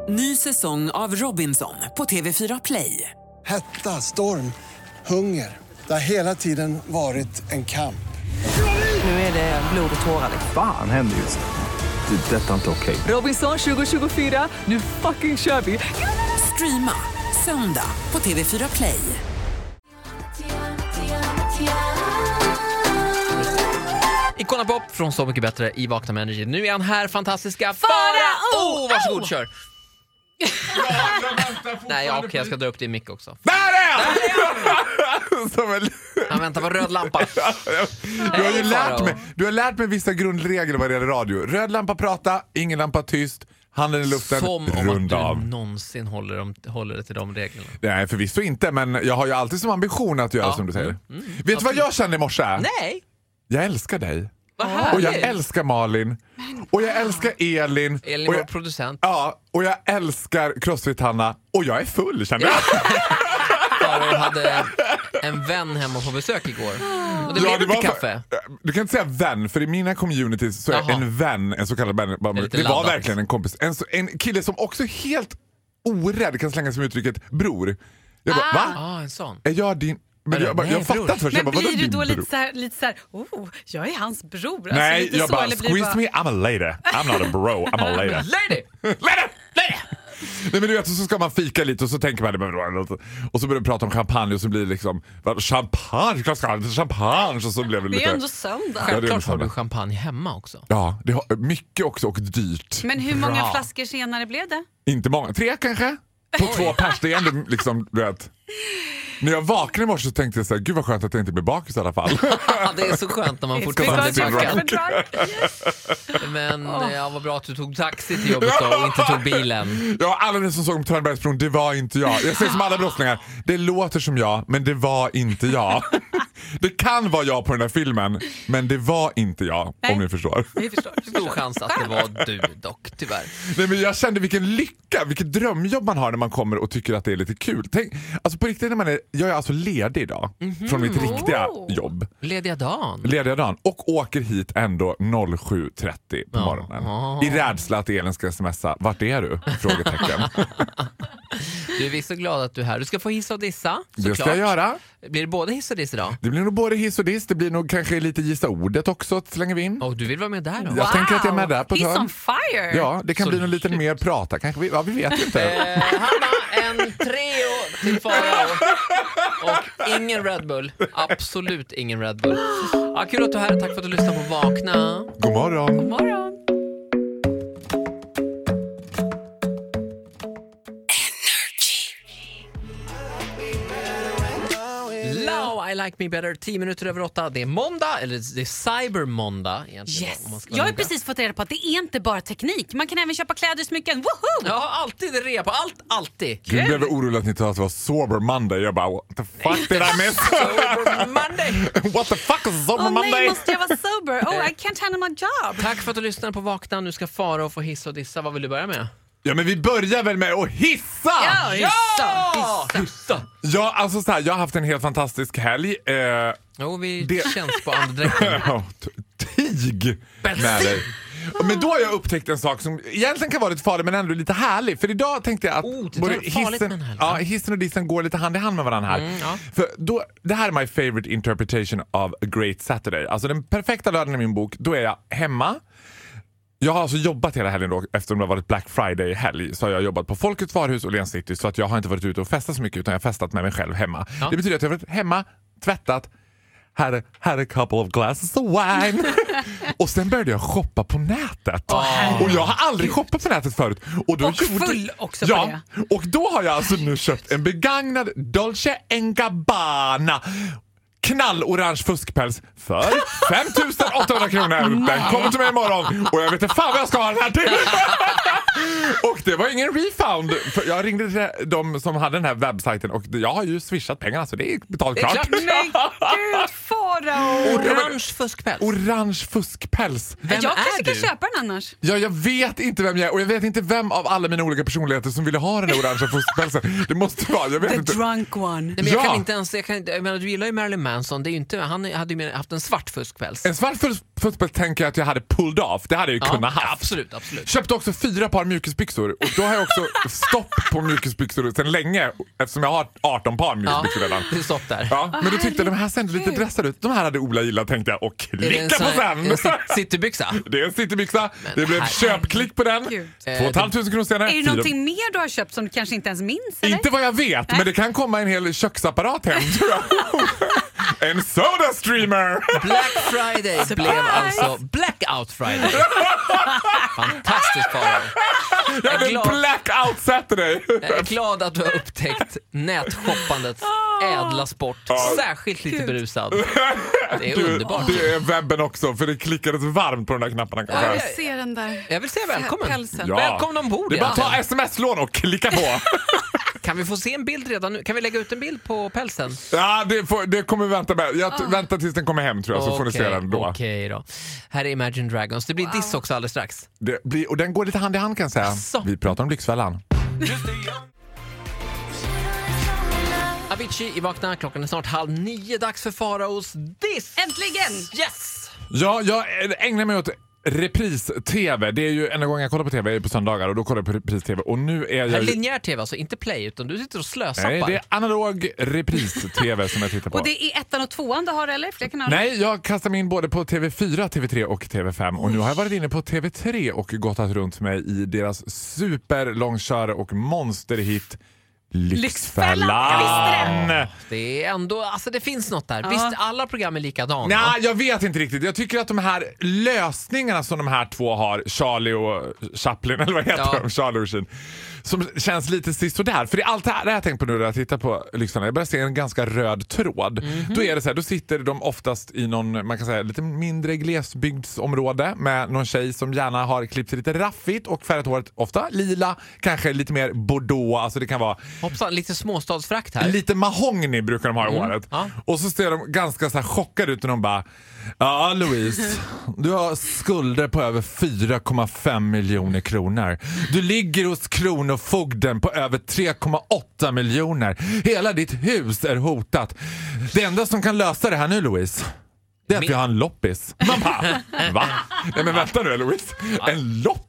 Ny säsong av Robinson på TV4 Play. Hetta, storm, hunger. Det har hela tiden varit en kamp. Nu är det blod och tårar. Fan händer just nu. Det. Detta är inte okej. Robinson 2024, nu fucking kör vi. Streama söndag på TV4 Play. Icona Pop från Så mycket bättre i Vakna med Energy. Nu är han här, fantastiska Farao! Varsågod, kör. Nej, okej, jag ska dra upp det i mick också. Där är han! Han väntar på röd lampa. Du har lärt mig vissa grundregler vad det gäller radio. Röd lampa prata, ingen lampa tyst. Handen i luften, som om rund att du av. någonsin håller det till de reglerna. Nej, förvisso inte, men jag har ju alltid som ambition att göra som du säger. Vet du vad jag kände i morse? Nej. Jag älskar dig. Vad och jag älskar Malin. Och jag älskar Elin. Elin och var jag, producent. Ja, och jag älskar CrossFit-Hanna. Och jag är full, känner jag. Farao hade en vän hemma på besök igår. Och det blev lite kaffe. Du kan inte säga vän, för i mina communities så är en vän, en så kallad vän. Det var verkligen en kompis. En kille som också helt orädd kan slänga sig med uttrycket bror. Jag bara, va? En sån. Är jag din... Men jag fattar först. Men blir du då lite så här, jag är hans bror. Nej, alltså, jag så, bara, squeeze me, I'm a lady. I'm not a bro, I'm a lady. Lady! Nej, men du vet, så ska man fika lite och så tänker man det. Och så börjar de prata om champagne och så blir det liksom champagne och så blev det lite... Det är ändå söndag. Självklart har du champagne hemma också. Ja, det har mycket också och dyrt. Men hur många flaskor senare blev det? Inte många, 3 kanske? På 2 pers, det är ändå liksom, du vet. När jag vaknade i morse så tänkte jag så här, gud vad skönt att jag inte blir bakis i alla fall. Det är så skönt när man fortfarande blir drunk. Men vad bra att du tog taxi till jobbet då och inte tog bilen. Ja, alla ni som såg om Törnbergsbron, det var inte jag. Jag säger som alla brottslingar, det låter som jag, men det var inte jag. Det kan vara jag på den här filmen, men det var inte jag. Nej. Om ni förstår. Vi förstår. Stor chans att det var du dock, tyvärr. Nej, men jag kände vilken lycka, vilket drömjobb man har när man kommer och tycker att det är lite kul. Tänk, alltså på riktigt, jag är alltså ledig idag från mitt riktiga jobb. Lediga dagen. Och åker hit ändå 07.30 på morgonen. I rädsla att Elin ska smsa, vart är du? Frågetecken. Du är visst så glad att du är här. Du ska få hissa och dissa. Det ska jag göra. Blir det både hiss och diss idag? Det blir nog både hiss och diss. Det blir nog kanske lite gissa ordet också, slänger vi in. Och du vill vara med där då? Jag tänker att jag är med där på ett hörn. He's on fire! Ja, det kan Så bli nog lite mer prata. Kanske vi vet inte. Hanna, en trio till Farao. Och ingen Red Bull. Absolut ingen Red Bull. Ja, kul att du är här. Tack för att du lyssnade på Vakna. God morgon. God morgon. I like me better, 10 minuter över 8. Det är måndag, eller det är cybermåndag egentligen. Yes. Jag har precis fått reda på att det är inte bara teknik. Man kan även köpa kläder, smycken. Woho! Jag har alltid rea på allt, alltid. Du blev orolig att ni sa att det var Sober Monday. Jag bara, what the fuck did I miss? Sober Monday. What the fuck is Sober Monday? Nej, måste jag vara sober? I can't handle my job. Tack för att du lyssnade på Vakna. Nu ska Farao få hissa och dissa. Vad vill du börja med? Ja, men vi börjar väl med att hissa! Hissa! Ja, alltså så här, jag har haft en helt fantastisk helg. Vi känns på andedräkten. Tig med dig. Men då har jag upptäckt en sak som egentligen kan vara lite farlig men ändå lite härlig. För idag tänkte jag att både hissen och dissen går lite hand i hand med varandra här. För då, det här är my favorite interpretation of a great Saturday. Alltså den perfekta lördagen i min bok, då är jag hemma. Jag har alltså jobbat hela helgen då, eftersom det har varit Black Friday-helg. Så har jag jobbat på Folkets Varuhus och Åhléns City. Så att jag har inte varit ute och festat så mycket, utan jag har festat med mig själv hemma. Det betyder att jag har varit hemma, tvättat, had a couple of glasses of wine. Och sen började jag shoppa på nätet. Och jag har aldrig shoppat på nätet förut. Och full också på det. Och då har jag alltså nu köpt en begagnad Dolce & Gabbana knallorange fuskpäls för 5 800 kronor. Den kommer till mig imorgon. Och jag vet inte fan vad jag ska ha den här till. Och det var ingen refund. För jag ringde till de som hade den här webbsajten och jag har ju swishat pengarna så det är betalt klart. Men gud, Farao! Orange fuskpäls. Orange fuskpäls. Jag kanske kan köpa den annars. Ja, jag vet inte vem jag är och jag vet inte vem av alla mina olika personligheter som ville ha den här orangea fuskpälsen. Det måste vara, jag vet inte. The drunk one. Nej, men jag kan inte ens, jag menar, du gillar ju Marilyn Manson. Det är ju inte, han hade ju haft en svart fuskpäls. En svart Först tänker jag att jag hade pulled off. Det hade jag ju kunnat haft. Absolut. Köpte också 4 par mjukisbyxor. Och då har jag också stopp på mjukisbyxor sedan länge. Eftersom jag har 18 par mjukisbyxor redan. Det är stopp där. Ja, men då tyckte jag de här ser lite dressade ut. De här hade Ola gillat, tänkte jag. Och klicka på sen. Är det en citybyxa? Det är en citybyxa. Det blev köpklick på den. 2 500 kronor senare. Är det någonting mer du har köpt som du kanske inte ens minns? Eller? Inte vad jag vet, men det kan komma en hel köksapparat hem, tror jag. En soda streamer! Black Friday blev alltså Blackout Friday. Fantastiskt, Farao. Jag hade en blackout Saturday. Jag är glad att du har upptäckt nätshoppandets ädla sport. Särskilt lite berusad. Det är underbart. Det är webben också, för det klickades varmt på de där knapparna. Jag vill se den där. Jag vill säga välkommen. Pälsen. Ja. Välkommen ombord. Det är bara att ta sms-lån och klicka på. Kan vi få se en bild redan nu? Kan vi lägga ut en bild på pälsen? Ja, det kommer vi vänta med. Jag väntar tills den kommer hem, tror jag, så får ni se den då. Okej då. Här är Imagine Dragons. Det blir diss också alldeles strax. Och den går lite hand i hand, kan jag säga. Asså. Vi pratar om Lyxfällan. Avicii i Vakna. Klockan är snart 8:30. Dags för Faraos diss. Äntligen! Yes! Ja, jag ägnar mig åt repris-tv. Det är ju enda gången jag kollar på tv på söndagar, och då kollar jag på repris-tv. Och nu är jag... linjär tv, alltså inte play, utan du sitter och slösappar. Nej, det är analog repris-tv som jag tittar på. Och det är 1:an och 2:an du har, eller? Fler kanaler? Nej, jag kastar mig in både på TV4, TV3 och TV5. Och nu har jag varit inne på TV3 och gottat runt mig i deras superlångköra och monsterhit Lyxfällan. Det är ändå, alltså det finns något där. Visst, alla program är likadana. Nej, jag vet inte riktigt. Jag tycker att de här lösningarna som de här två har, Charlie och Chaplin, eller vad heter de? Charlie och Sheen, som känns lite sist och där. För det är allt det här jag tänkt på nu när jag tittar på Lyxfällan. Jag börjar se en ganska röd tråd. Då är det så här, då sitter de oftast i någon, man kan säga, lite mindre glesbygdsområde med någon tjej som gärna har klippt sig lite raffigt och färgat håret ofta lila, kanske lite mer bordeaux, alltså det kan vara hoppsan, lite småstadsfrakt här. lite mahogny brukar de ha i håret. Ja. Och så ser de ganska så här chockade ut och de bara: ja, Louise, du har skulder på över 4,5 miljoner kronor. Du ligger hos kronofogden på över 3,8 miljoner. Hela ditt hus är hotat. Det enda som kan lösa det här nu, Louise, det är att vi har en loppis. Man bara, va? Nej men vänta nu, Louise. En loppis?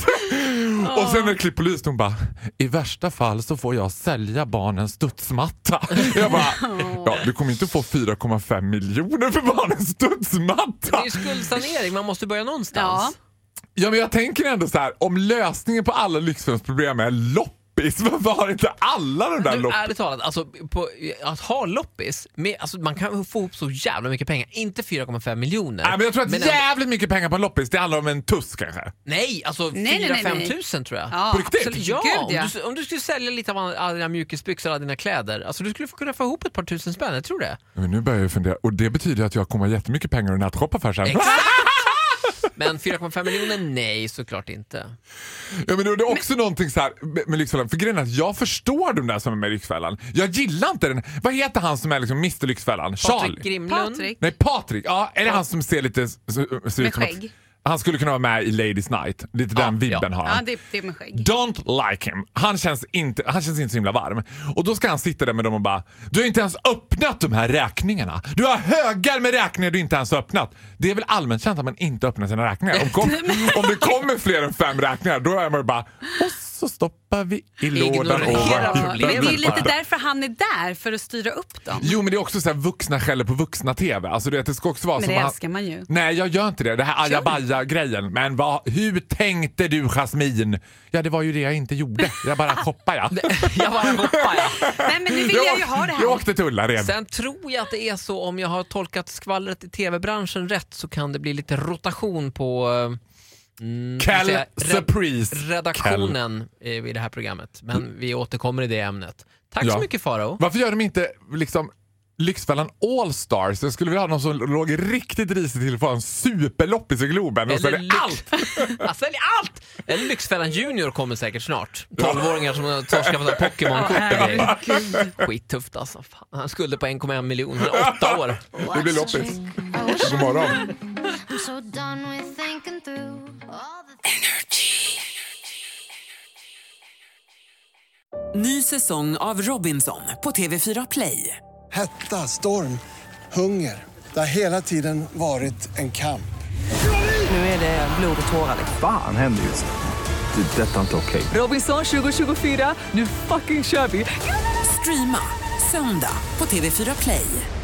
Och sen är det klipp på Louise, hon bara: i värsta fall så får jag sälja barnens studsmatta. Jag bara, ja, du kommer inte få 4,5 miljoner för barnens studsmatta. Det är ju skuldsanering, man måste börja någonstans. Ja, men jag tänker ändå så här, om lösningen på alla lyxfältsproblem är loppis, varför har inte alla de där loppis? Ärligt talat, alltså, att ha loppis, alltså, man kan få ihop så jävla mycket pengar. Inte 4,5 miljoner. Nej, men jag tror att jävligt mycket pengar på en loppis, det handlar om en tuss kanske. Nej, alltså 4-5 tusen tror jag. Ja, på riktigt? absolut. Ja, Gud, ja. om du skulle sälja lite av alla dina mjukisbyxor, alla dina kläder, alltså du skulle kunna få ihop ett par tusen spänn, jag tror det. Men nu börjar jag fundera, och det betyder att jag kommer ha jättemycket pengar att nätshoppa för sen. Exakt. Men 4,5 miljoner, nej, såklart inte. Ja, men det är också någonting så här med Lyxfällan. För grejen är att jag förstår de där som är med Lyxfällan. Jag gillar inte den. Vad heter han som är liksom Mr. Lyxfällan? Patrik Grimlund. Nej, Patrik. Ja, är det han som ser lite ser ut som att han skulle kunna vara med i Ladies Night. Lite den vibben har han. Ja, det är med skägg. Don't like him. Han känns inte så himla varm. Och då ska han sitta där med dem och bara: du har inte ens öppnat de här räkningarna. Du har högar med räkningar du inte ens har öppnat. Det är väl allmänt känt att man inte öppnar sina räkningar. Om det kommer fler än 5 räkningar, då är man bara: och så stoppar vi i lådan. Men det är lite därför han är där, för att styra upp dem. Jo, men det är också så här vuxna skäller på vuxna TV. Alltså det ska också vara men som det älskar man ju. Nej, jag gör inte det. Det här ajabaja-grejen. Men hur tänkte du, Jasmin? Ja, det var ju det jag inte gjorde. Jag bara shoppade, ja. Nej, men nu vill jag ju ha det här. Jag åkte till Ullared. Sen tror jag att det är så, om jag har tolkat skvallret i tv-branschen rätt, så kan det bli lite rotation på redaktionen i det här programmet. Men vi återkommer i det ämnet. Tack så mycket, Farao. Varför gör de inte liksom Lyxfällan All Stars? Jag skulle vilja ha någon som låg riktigt risigt till för en superloppis i Globen och säljer allt. Jag säljer allt! Eller Lyxfällan Junior kommer säkert snart. 12-åringar som har skaffat Pokémon-kort och grejer. Skittufft alltså. Fan. Han skulle på 1,1 miljon. Han är 8 år. Det blir loppis. God morgon. Ny säsong av Robinson på TV4 Play. Hetta, storm, hunger. Det har hela tiden varit en kamp. Nu är det blod och tårar. Fan händer just det. Detta är inte okej. Robinson 2024, nu fucking kör vi! Streama söndag på TV4 Play.